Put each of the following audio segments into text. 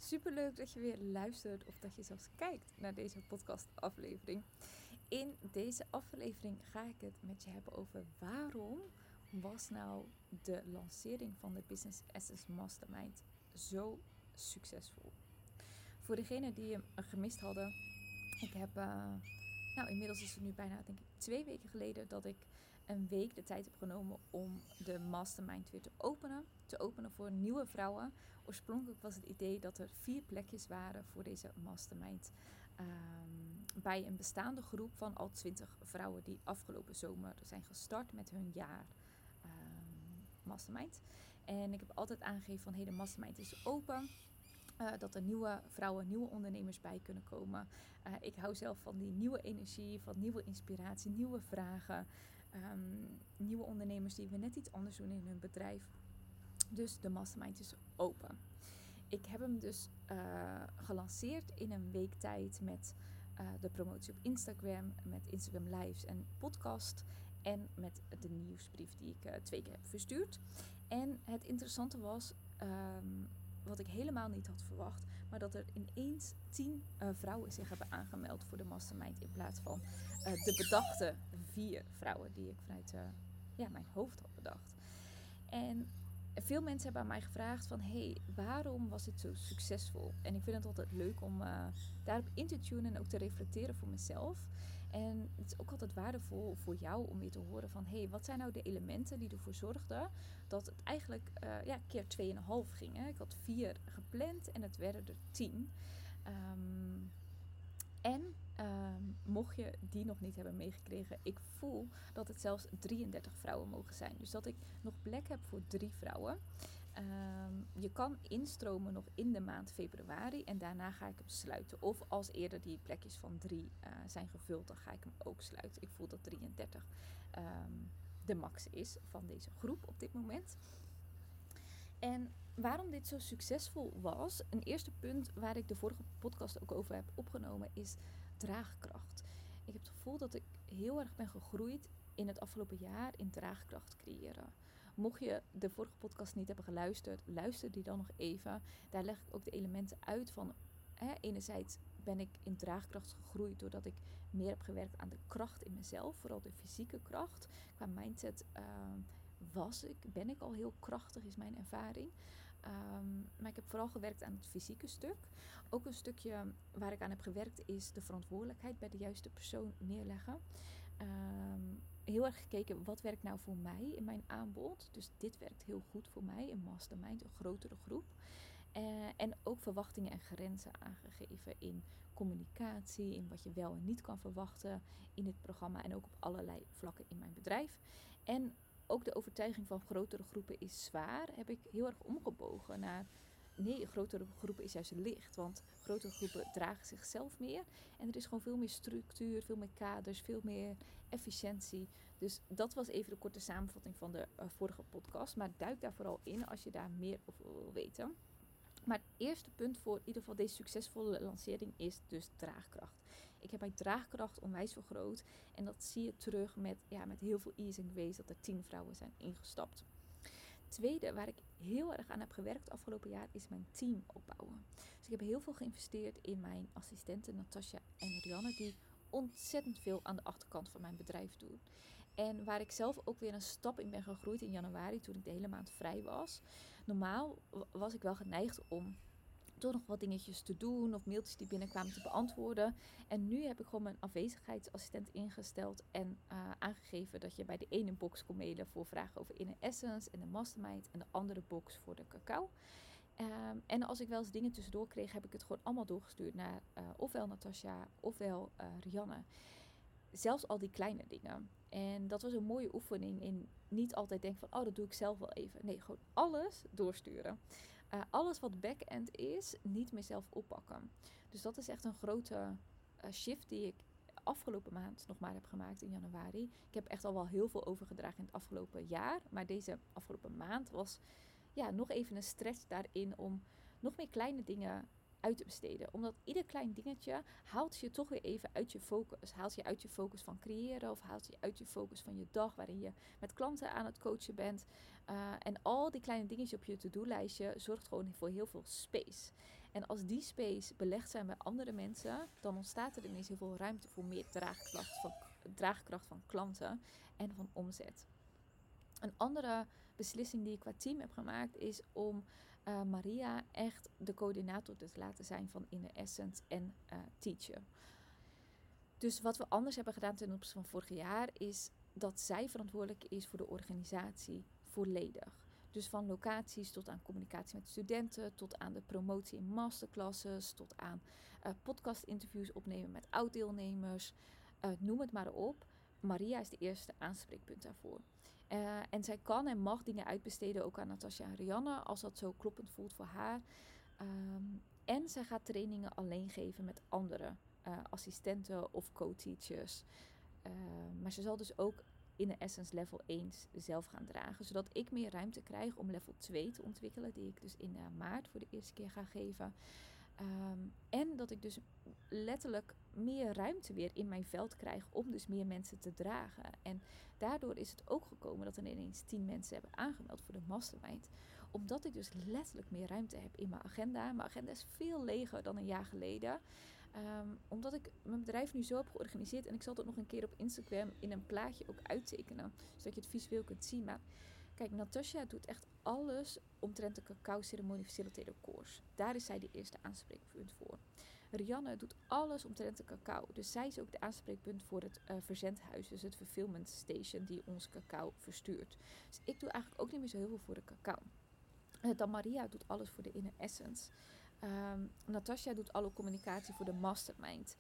Superleuk dat je weer luistert of dat je zelfs kijkt naar deze podcastaflevering. In deze aflevering ga ik het met je hebben over waarom was nou de lancering van de Business Essence Mastermind zo succesvol. Voor degenen die hem gemist hadden, ik heb, inmiddels is het nu bijna denk ik 2 weken geleden dat ik een week de tijd heb genomen om de mastermind weer te openen. Te openen voor nieuwe vrouwen. Oorspronkelijk was het idee dat er 4 plekjes waren voor deze mastermind. Bij een bestaande groep van al 20 vrouwen die afgelopen zomer zijn gestart met hun jaar mastermind. En ik heb altijd aangegeven van de mastermind is open. Dat er nieuwe vrouwen, nieuwe ondernemers bij kunnen komen. Ik hou zelf van die nieuwe energie, van nieuwe inspiratie, nieuwe vragen. Nieuwe ondernemers die weer net iets anders doen in hun bedrijf. Dus de mastermind is open. Ik heb hem dus gelanceerd in een week tijd met de promotie op Instagram, met Instagram Lives en podcast en met de nieuwsbrief die ik 2 keer heb verstuurd. En het interessante was, wat ik helemaal niet had verwacht, maar dat er ineens 10 vrouwen zich hebben aangemeld voor de mastermind in plaats van de bedachte 4 vrouwen die ik vanuit mijn hoofd had bedacht. En veel mensen hebben aan mij gevraagd van waarom was het zo succesvol? En ik vind het altijd leuk om daarop in te tunen en ook te reflecteren voor mezelf. En het is ook altijd waardevol voor jou om weer te horen van wat zijn nou de elementen die ervoor zorgden dat het eigenlijk keer 2,5 ging. Hè? Ik had 4 gepland en het werden er 10. Mocht je die nog niet hebben meegekregen, ik voel dat het zelfs 33 vrouwen mogen zijn. Dus dat ik nog plek heb voor 3 vrouwen. Je kan instromen nog in de maand februari en daarna ga ik hem sluiten. Of als eerder die plekjes van 3 zijn gevuld, dan ga ik hem ook sluiten. Ik voel dat 33 de max is van deze groep op dit moment. En waarom dit zo succesvol was, een eerste punt waar ik de vorige podcast ook over heb opgenomen, is draagkracht. Ik heb het gevoel dat ik heel erg ben gegroeid in het afgelopen jaar in draagkracht creëren. Mocht je de vorige podcast niet hebben geluisterd, luister die dan nog even. Daar leg ik ook de elementen uit van, enerzijds ben ik in draagkracht gegroeid doordat ik meer heb gewerkt aan de kracht in mezelf, vooral de fysieke kracht. Qua mindset ben ik al heel krachtig, is mijn ervaring. Maar ik heb vooral gewerkt aan het fysieke stuk. Ook een stukje waar ik aan heb gewerkt is de verantwoordelijkheid bij de juiste persoon neerleggen. Heel erg gekeken, wat werkt nou voor mij in mijn aanbod? Dus dit werkt heel goed voor mij, een mastermind, een grotere groep. En ook verwachtingen en grenzen aangegeven in communicatie, in wat je wel en niet kan verwachten in dit programma en ook op allerlei vlakken in mijn bedrijf. En ook de overtuiging van grotere groepen is zwaar, heb ik heel erg omgebogen naar grotere groepen is juist licht. Want grotere groepen dragen zichzelf meer. En er is gewoon veel meer structuur, veel meer kaders, veel meer efficiëntie. Dus dat was even de korte samenvatting van de vorige podcast. Maar duik daar vooral in als je daar meer over wil weten. Maar het eerste punt voor in ieder geval deze succesvolle lancering is dus draagkracht. Ik heb mijn draagkracht onwijs vergroot. En dat zie je terug met heel veel ease en grace dat er 10 vrouwen zijn ingestapt. Tweede, waar ik heel erg aan heb gewerkt afgelopen jaar, is mijn team opbouwen. Dus ik heb heel veel geïnvesteerd in mijn assistenten Natasja en Rianne, die ontzettend veel aan de achterkant van mijn bedrijf doen. En waar ik zelf ook weer een stap in ben gegroeid in januari, toen ik de hele maand vrij was. Normaal was ik wel geneigd om toch nog wat dingetjes te doen of mailtjes die binnenkwamen te beantwoorden. En nu heb ik gewoon mijn afwezigheidsassistent ingesteld en aangegeven dat je bij de ene box kon mailen voor vragen over Inner Essence en de Mastermind en de andere box voor de cacao. En als ik wel eens dingen tussendoor kreeg, heb ik het gewoon allemaal doorgestuurd naar ofwel Natasja ofwel Rianne. Zelfs al die kleine dingen. En dat was een mooie oefening in niet altijd denken van, dat doe ik zelf wel even. Nee, gewoon alles doorsturen. Alles wat back-end is, niet meer zelf oppakken. Dus dat is echt een grote shift die ik afgelopen maand nog maar heb gemaakt in januari. Ik heb echt al wel heel veel overgedragen in het afgelopen jaar. Maar deze afgelopen maand was nog even een stretch daarin om nog meer kleine dingen uit te besteden. Omdat ieder klein dingetje haalt je toch weer even uit je focus. Haalt je uit je focus van creëren of haalt je uit je focus van je dag waarin je met klanten aan het coachen bent. En al die kleine dingetjes op je to-do-lijstje zorgt gewoon voor heel veel space. En als die space belegd zijn bij andere mensen, dan ontstaat er ineens heel veel ruimte voor meer draagkracht van klanten en van omzet. Een andere beslissing die ik qua team heb gemaakt is om Maria echt de coördinator te laten zijn van Inner Essence en Teacher. Dus wat we anders hebben gedaan ten opzichte van vorig jaar is dat zij verantwoordelijk is voor de organisatie volledig. Dus van locaties tot aan communicatie met studenten, tot aan de promotie in masterclasses, tot aan podcastinterviews opnemen met oud-deelnemers. Noem het maar op. Maria is de eerste aanspreekpunt daarvoor. En zij kan en mag dingen uitbesteden ook aan Natasja en Rianne, als dat zo kloppend voelt voor haar. En zij gaat trainingen alleen geven met andere assistenten of co-teachers. Maar ze zal dus ook in de Essence level 1 zelf gaan dragen. Zodat ik meer ruimte krijg om level 2 te ontwikkelen. Die ik dus in maart voor de eerste keer ga geven. En dat ik dus letterlijk meer ruimte weer in mijn veld krijg om dus meer mensen te dragen. En daardoor is het ook gekomen dat er ineens 10 mensen hebben aangemeld voor de mastermind. Omdat ik dus letterlijk meer ruimte heb in mijn agenda. Mijn agenda is veel leger dan een jaar geleden. Omdat ik mijn bedrijf nu zo heb georganiseerd. En ik zal dat nog een keer op Instagram in een plaatje ook uittekenen. Zodat je het visueel kunt zien. Maar kijk, Natasja doet echt alles omtrent de cacao-ceremonie facilitator course. Daar is zij de eerste aanspreekpunt voor. Rianne doet alles omtrent de cacao. Dus zij is ook de aanspreekpunt voor het verzendhuis. Dus het fulfillment station die ons cacao verstuurt. Dus ik doe eigenlijk ook niet meer zo heel veel voor de cacao. Dan Maria doet alles voor de Inner Essence. Natasja doet alle communicatie voor de mastermind.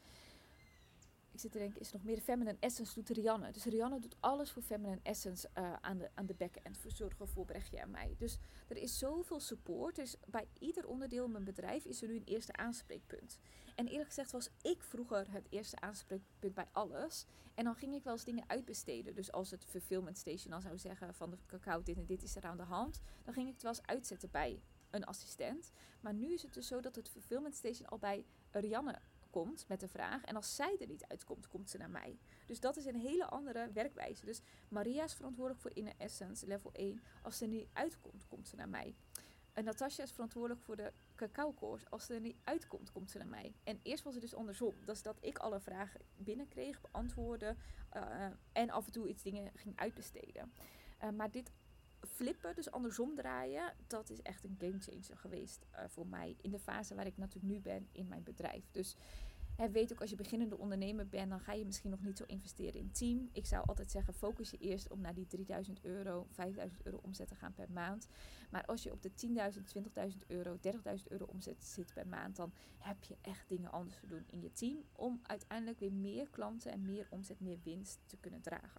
Ik zit te denken, is er nog meer? De Feminine Essence doet Rianne. Dus Rianne doet alles voor Feminine Essence aan de back-end. Verzorgen voor Brechtje en mij. Dus er is zoveel support. Dus bij ieder onderdeel in mijn bedrijf is er nu een eerste aanspreekpunt. En eerlijk gezegd was ik vroeger het eerste aanspreekpunt bij alles. En dan ging ik wel eens dingen uitbesteden. Dus als het fulfillment station dan zou zeggen van de cacao dit en dit is er aan de hand. Dan ging ik het wel eens uitzetten bij een assistent. Maar nu is het dus zo dat het fulfillment station al bij Rianne komt met de vraag. En als zij er niet uitkomt, komt ze naar mij. Dus dat is een hele andere werkwijze. Dus Maria is verantwoordelijk voor Inner Essence, level 1. Als ze er niet uitkomt, komt ze naar mij. En Natasja is verantwoordelijk voor de cacao course. Als ze er niet uitkomt, komt ze naar mij. En eerst was het dus andersom. Dat is dat ik alle vragen binnenkreeg, beantwoordde. En af en toe iets dingen ging uitbesteden. Maar dit flippen, dus andersom draaien, dat is echt een gamechanger geweest voor mij. In de fase waar ik natuurlijk nu ben in mijn bedrijf. Dus weet ook, als je beginnende ondernemer bent, dan ga je misschien nog niet zo investeren in team. Ik zou altijd zeggen, focus je eerst om naar die €3.000, €5.000 omzet te gaan per maand. Maar als je op de €10.000, €20.000, €30.000 omzet zit per maand, dan heb je echt dingen anders te doen in je team. Om uiteindelijk weer meer klanten en meer omzet, meer winst te kunnen dragen.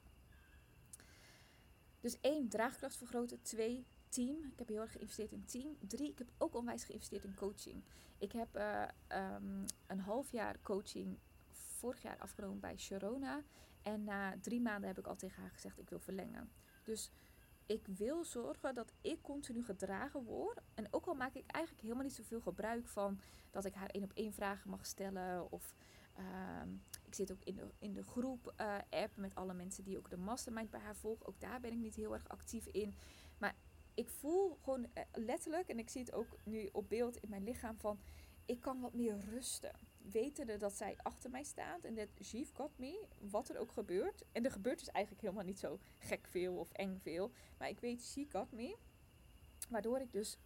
Dus 1, draagkracht vergroten. 2, team. Ik heb heel erg geïnvesteerd in team. 3, ik heb ook onwijs geïnvesteerd in coaching. Ik heb een half jaar coaching vorig jaar afgenomen bij Sharona. En na 3 maanden heb ik al tegen haar gezegd, ik wil verlengen. Dus ik wil zorgen dat ik continu gedragen word. En ook al maak ik eigenlijk helemaal niet zoveel gebruik van dat ik haar 1-op-1 vragen mag stellen. Of ik zit ook in de groep app met alle mensen die ook de mastermind bij haar volgen. Ook daar ben ik niet heel erg actief in. Maar ik voel gewoon letterlijk, en ik zie het ook nu op beeld in mijn lichaam, van ik kan wat meer rusten. Wetende dat zij achter mij staat en dat she's got me, wat er ook gebeurt. En er gebeurt dus eigenlijk helemaal niet zo gek veel of eng veel. Maar ik weet, she got me. Waardoor ik dus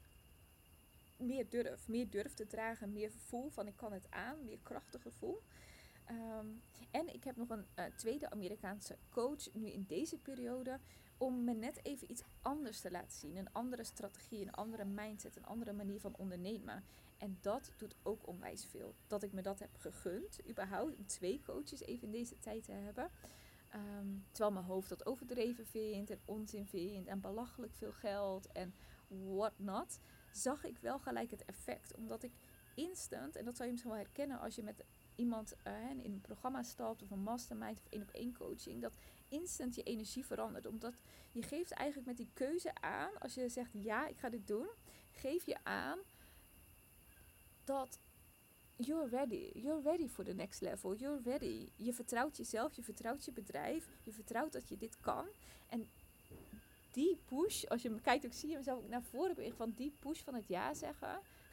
meer durf te dragen, meer voel van ik kan het aan, meer krachtiger voel. En ik heb nog een tweede Amerikaanse coach nu in deze periode om me net even iets anders te laten zien. Een andere strategie, een andere mindset, een andere manier van ondernemen. En dat doet ook onwijs veel. Dat ik me dat heb gegund, überhaupt, om 2 coaches even in deze tijd te hebben. Terwijl mijn hoofd dat overdreven vindt en onzin vindt en belachelijk veel geld en what not, zag ik wel gelijk het effect. Omdat ik instant, en dat zou je misschien wel herkennen als je met iemand in een programma stapt of een mastermind of 1-op-1 coaching, dat instant je energie verandert. Omdat je geeft eigenlijk met die keuze aan, als je zegt ja, ik ga dit doen, geef je aan dat you're ready for the next level, you're ready. Je vertrouwt jezelf, je vertrouwt je bedrijf, je vertrouwt dat je dit kan. En die push, als je me kijkt ook zie je mezelf ook naar voren bewegen, van die push van het ja zeggen,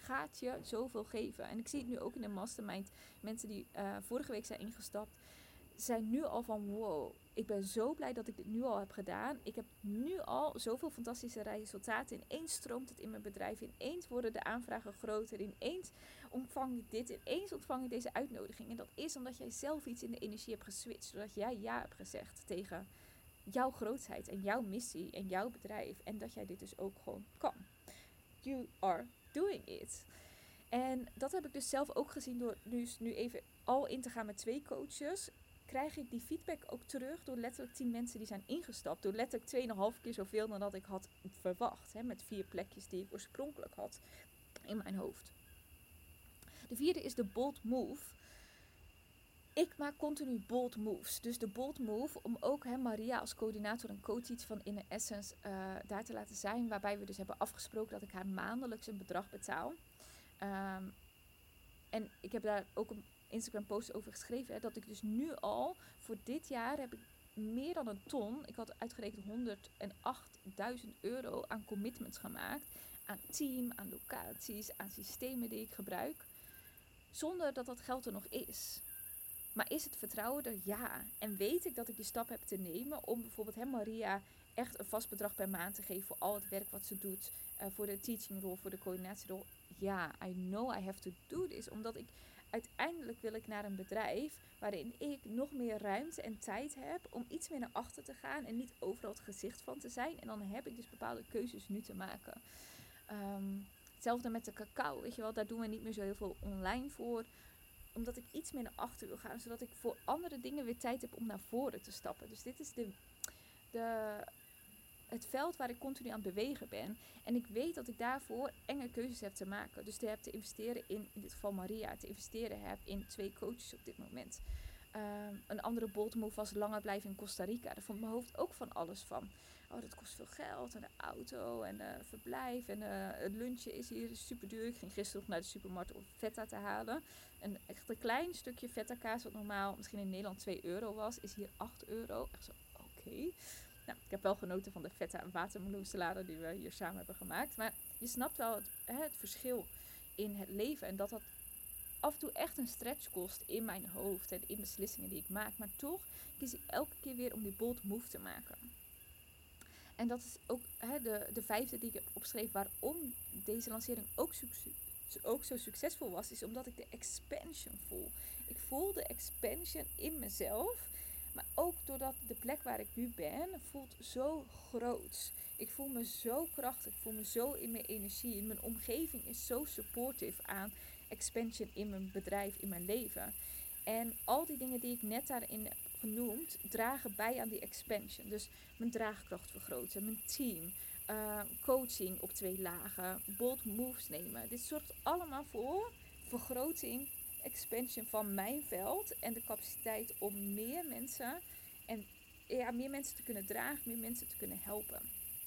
gaat je zoveel geven. En ik zie het nu ook in de mastermind. Mensen die vorige week zijn ingestapt, zijn nu al van wow, ik ben zo blij dat ik dit nu al heb gedaan. Ik heb nu al zoveel fantastische resultaten. Ineens stroomt het in mijn bedrijf. Ineens worden de aanvragen groter. Ineens ontvang ik dit. Ineens ontvang ik deze uitnodiging. En dat is omdat jij zelf iets in de energie hebt geswitcht. Zodat jij ja hebt gezegd tegen jouw grootheid en jouw missie en jouw bedrijf. En dat jij dit dus ook gewoon kan. You are doing it. En dat heb ik dus zelf ook gezien door nu even al in te gaan met 2 coaches. Krijg ik die feedback ook terug door letterlijk 10 mensen die zijn ingestapt. Door letterlijk 2,5 keer zoveel dan dat ik had verwacht. Hè, met 4 plekjes die ik oorspronkelijk had in mijn hoofd. De 4e is de bold move. Ik maak continu bold moves. Dus de bold move om ook Maria als coördinator en co-teach van Inner Essence daar te laten zijn. Waarbij we dus hebben afgesproken dat ik haar maandelijks een bedrag betaal. En ik heb daar ook een Instagram post over geschreven. Hè, dat ik dus nu al voor dit jaar heb ik meer dan een ton. Ik had uitgerekend 108.000 euro aan commitments gemaakt. Aan team, aan locaties, aan systemen die ik gebruik. Zonder dat dat geld er nog is. Maar is het vertrouwen er? Ja. En weet ik dat ik die stap heb te nemen om bijvoorbeeld Maria echt een vast bedrag per maand te geven voor al het werk wat ze doet. Voor de teachingrol, voor de coördinatierol. Ja, I know I have to do this. Omdat ik uiteindelijk wil ik naar een bedrijf waarin ik nog meer ruimte en tijd heb om iets meer naar achter te gaan en niet overal het gezicht van te zijn. En dan heb ik dus bepaalde keuzes nu te maken. Hetzelfde met de cacao, weet je wel. Daar doen we niet meer zo heel veel online voor. Omdat ik iets meer naar achter wil gaan. Zodat ik voor andere dingen weer tijd heb om naar voren te stappen. Dus dit is het veld waar ik continu aan het bewegen ben. En ik weet dat ik daarvoor enge keuzes heb te maken. Dus te heb te investeren in dit geval Maria. Te investeren heb in 2 coaches op dit moment. Een andere bold move was langer blijven in Costa Rica. Daar vond mijn hoofd ook van alles van. Oh, dat kost veel geld. En de auto en verblijf. En het lunchje is hier super duur. Ik ging gisteren nog naar de supermarkt om feta te halen. En echt een klein stukje feta kaas, wat normaal misschien in Nederland 2 euro was, is hier 8 euro. Echt zo, oké. Nou, ik heb wel genoten van de feta en watermeloensalade die we hier samen hebben gemaakt. Maar je snapt wel het verschil in het leven. En dat af en toe echt een stretch kost in mijn hoofd en in beslissingen die ik maak. Maar toch kies ik elke keer weer om die bold move te maken. En dat is ook de 5e die ik heb opgeschreven waarom deze lancering ook zo succesvol was. Is omdat ik de expansion voel. Ik voel de expansion in mezelf. Maar ook doordat de plek waar ik nu ben voelt zo groot. Ik voel me zo krachtig. Ik voel me zo in mijn energie. Mijn omgeving is zo supportive aan expansion in mijn bedrijf, in mijn leven. En al die dingen die ik net daarin heb genoemd, dragen bij aan die expansion. Dus mijn draagkracht vergroten, mijn team, coaching op 2 lagen, bold moves nemen. Dit zorgt allemaal voor vergroting, expansion van mijn veld en de capaciteit om meer mensen te kunnen dragen, meer mensen te kunnen helpen.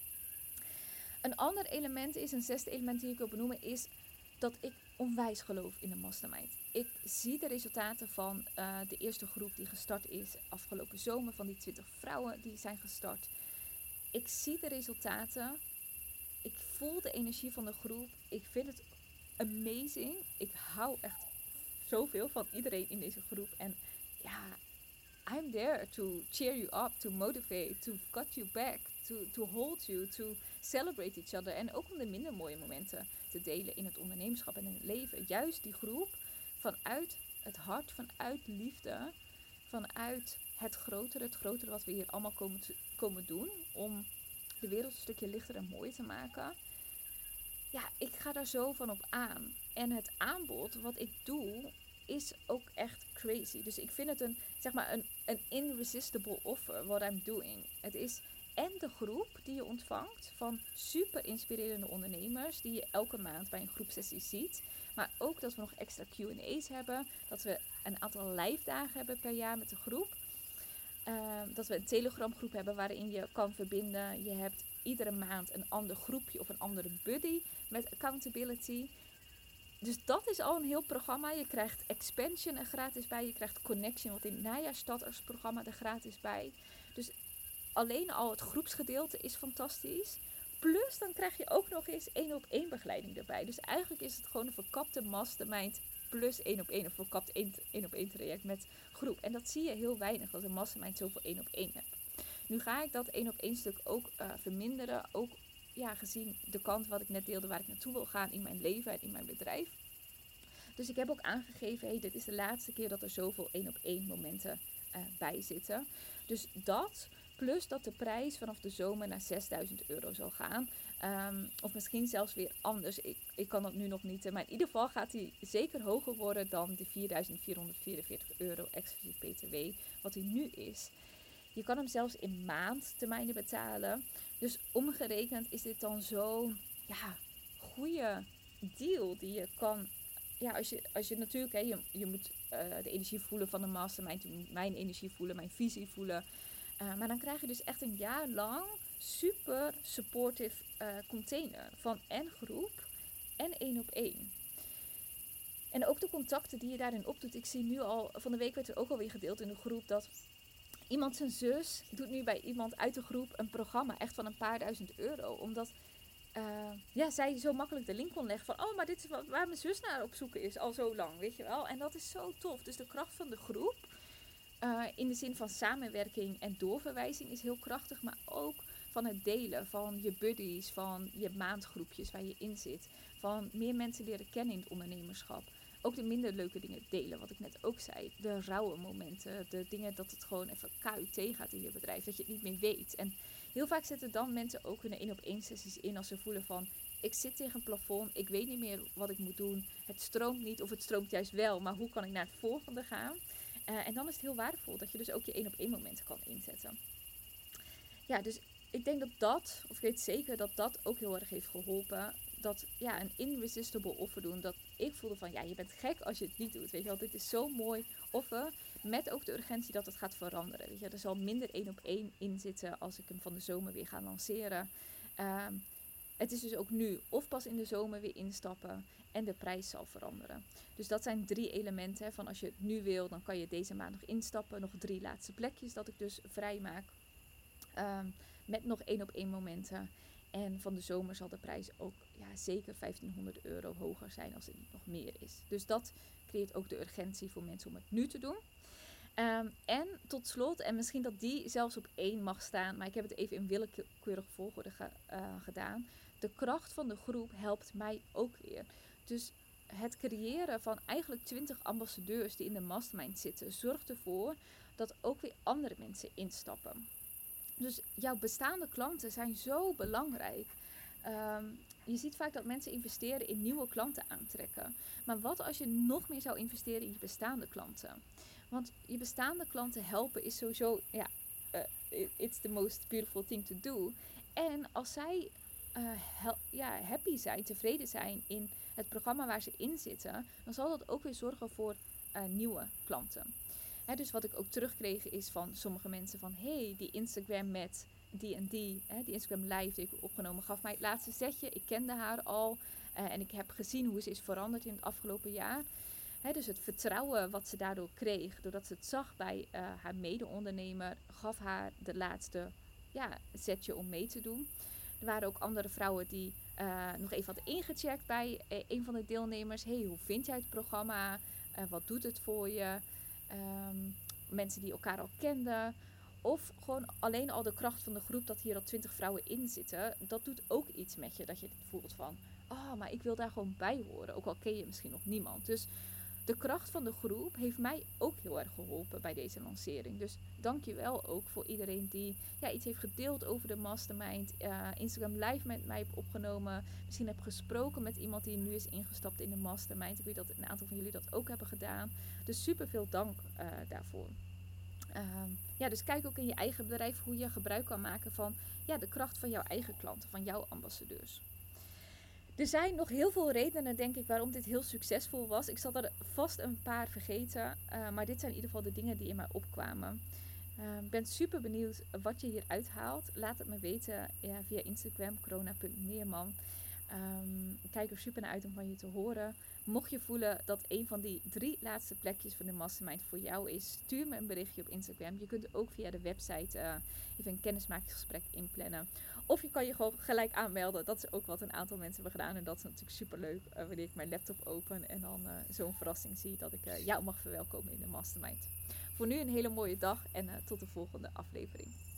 Een ander element is, een 6e element die ik wil benoemen, is dat ik onwijs geloof in de mastermind. Ik zie de resultaten van de eerste groep die gestart is afgelopen zomer, van die 20 vrouwen die zijn gestart. Ik zie de resultaten. Ik voel de energie van de groep. Ik vind het amazing. Ik hou echt zoveel van iedereen in deze groep. En ja, I'm there to cheer you up, to motivate, to got you back, to hold you, to celebrate each other. En ook om de minder mooie momenten te delen in het ondernemerschap en in het leven. Juist die groep vanuit het hart, vanuit liefde, vanuit het grotere wat we hier allemaal komen doen. Om de wereld een stukje lichter en mooier te maken. Ja, ik ga daar zo van op aan. En het aanbod wat ik doe is ook echt crazy. Dus ik vind het een irresistible offer what I'm doing. Het is en de groep die je ontvangt van super inspirerende ondernemers die je elke maand bij een groepsessie ziet. Maar ook dat we nog extra Q&A's hebben. Dat we een aantal live dagen hebben per jaar met de groep. Dat we een Telegram groep hebben waarin je kan verbinden. Je hebt iedere maand een ander groepje of een andere buddy met accountability. Dus dat is al een heel programma. Je krijgt Expansion er gratis bij. Je krijgt Connection, wat in het najaarstad als programma er gratis bij. Dus alleen al het groepsgedeelte is fantastisch. Plus dan krijg je ook nog eens 1-op-1 begeleiding erbij. Dus eigenlijk is het gewoon een verkapte mastermind plus 1-op-1. Of verkapt 1-op-1 traject met groep. En dat zie je heel weinig, dat een mastermind zoveel 1-op-1 hebt. Nu ga ik dat 1-op-1 stuk ook verminderen. Ook gezien de kant wat ik net deelde waar ik naartoe wil gaan in mijn leven en in mijn bedrijf. Dus ik heb ook aangegeven, dit is de laatste keer dat er zoveel 1-op-1 momenten bij zitten. Dus dat, plus dat de prijs vanaf de zomer naar €6.000 zal gaan. Of misschien zelfs weer anders. Ik kan dat nu nog niet. Maar in ieder geval gaat die zeker hoger worden dan de €4.444 exclusief BTW. Wat die nu is. Je kan hem zelfs in maandtermijnen betalen. Dus omgerekend is dit dan zo'n goede deal die je kan. Ja, als je natuurlijk, je moet de energie voelen van de mastermind, je moet mijn energie voelen, mijn visie voelen. Maar dan krijg je dus echt een jaar lang super supportive container van en groep en 1-op-1. En ook de contacten die je daarin opdoet. Ik zie nu al, van de week werd er ook alweer gedeeld in de groep dat iemand zijn zus doet nu bij iemand uit de groep een programma echt van een paar €1000. Omdat zij zo makkelijk de link kon leggen van, maar dit is waar mijn zus naar op zoek is al zo lang, weet je wel. En dat is zo tof. Dus de kracht van de groep, in de zin van samenwerking en doorverwijzing is heel krachtig. Maar ook van het delen van je buddies, van je maandgroepjes waar je in zit. Van meer mensen leren kennen in het ondernemerschap. Ook de minder leuke dingen delen, wat ik net ook zei. De rauwe momenten, de dingen dat het gewoon even KUT gaat in je bedrijf. Dat je het niet meer weet. En heel vaak zetten dan mensen ook hun 1-op-1 sessies in als ze voelen van, ik zit tegen een plafond, ik weet niet meer wat ik moet doen. Het stroomt niet of het stroomt juist wel, maar hoe kan ik naar het volgende gaan? En dan is het heel waardevol dat je dus ook je 1-op-1 momenten kan inzetten. Ja, dus ik denk of ik weet zeker dat dat ook heel erg heeft geholpen. Dat een irresistible offer doen. Dat ik voelde van, je bent gek als je het niet doet. Weet je wel, dit is zo'n mooi offer. Met ook de urgentie dat het gaat veranderen. Weet je, er zal minder 1-op-1 in zitten als ik hem van de zomer weer ga lanceren. Het is dus ook nu of pas in de zomer weer instappen. En de prijs zal veranderen. Dus dat zijn 3 elementen. Van als je het nu wil, dan kan je deze maand nog instappen. Nog 3 laatste plekjes dat ik dus vrij maak. Met nog 1-op-1 momenten. En van de zomer zal de prijs ook zeker €1.500 hoger zijn als het niet nog meer is. Dus dat creëert ook de urgentie voor mensen om het nu te doen. En tot slot, en misschien dat die zelfs op 1 mag staan, maar ik heb het even in willekeurige volgorde gedaan. De kracht van de groep helpt mij ook weer. Dus het creëren van eigenlijk 20 ambassadeurs die in de mastermind zitten, zorgt ervoor dat ook weer andere mensen instappen. Dus jouw bestaande klanten zijn zo belangrijk. Je ziet vaak dat mensen investeren in nieuwe klanten aantrekken. Maar wat als je nog meer zou investeren in je bestaande klanten? Want je bestaande klanten helpen is sowieso, it's the most beautiful thing to do. En als zij happy zijn, tevreden zijn in het programma waar ze in zitten, dan zal dat ook weer zorgen voor nieuwe klanten. Dus wat ik ook terugkreeg is van sommige mensen van, die Instagram met die en die Instagram live die ik opgenomen gaf mij het laatste zetje. Ik kende haar al en ik heb gezien hoe ze is veranderd in het afgelopen jaar. Dus het vertrouwen wat ze daardoor kreeg, doordat ze het zag bij haar mede-ondernemer, gaf haar de laatste zetje om mee te doen. Er waren ook andere vrouwen die nog even hadden ingecheckt bij een van de deelnemers. Hoe vind jij het programma? Wat doet het voor je? Mensen die elkaar al kenden. Of gewoon alleen al de kracht van de groep dat hier al 20 vrouwen in zitten. Dat doet ook iets met je. Dat je voelt van, maar ik wil daar gewoon bij horen. Ook al ken je misschien nog niemand. Dus de kracht van de groep heeft mij ook heel erg geholpen bij deze lancering. Dus dank je wel ook voor iedereen die iets heeft gedeeld over de mastermind. Instagram live met mij heb opgenomen. Misschien heb gesproken met iemand die nu is ingestapt in de mastermind. Ik weet dat een aantal van jullie dat ook hebben gedaan. Dus super veel dank daarvoor. Dus kijk ook in je eigen bedrijf hoe je gebruik kan maken van de kracht van jouw eigen klanten, van jouw ambassadeurs. Er zijn nog heel veel redenen, denk ik, waarom dit heel succesvol was. Ik zal er vast een paar vergeten, maar dit zijn in ieder geval de dingen die in mij opkwamen. Ik ben super benieuwd wat je hier uithaalt. Laat het me weten via Instagram, corona.meerman. Ik kijk er super naar uit om van je te horen. Mocht je voelen dat een van die 3 laatste plekjes van de Mastermind voor jou is, stuur me een berichtje op Instagram. Je kunt ook via de website even een kennismakingsgesprek inplannen. Of je kan je gewoon gelijk aanmelden. Dat is ook wat een aantal mensen hebben gedaan. En dat is natuurlijk super leuk wanneer ik mijn laptop open en dan zo'n verrassing zie dat ik jou mag verwelkomen in de Mastermind. Voor nu een hele mooie dag en tot de volgende aflevering.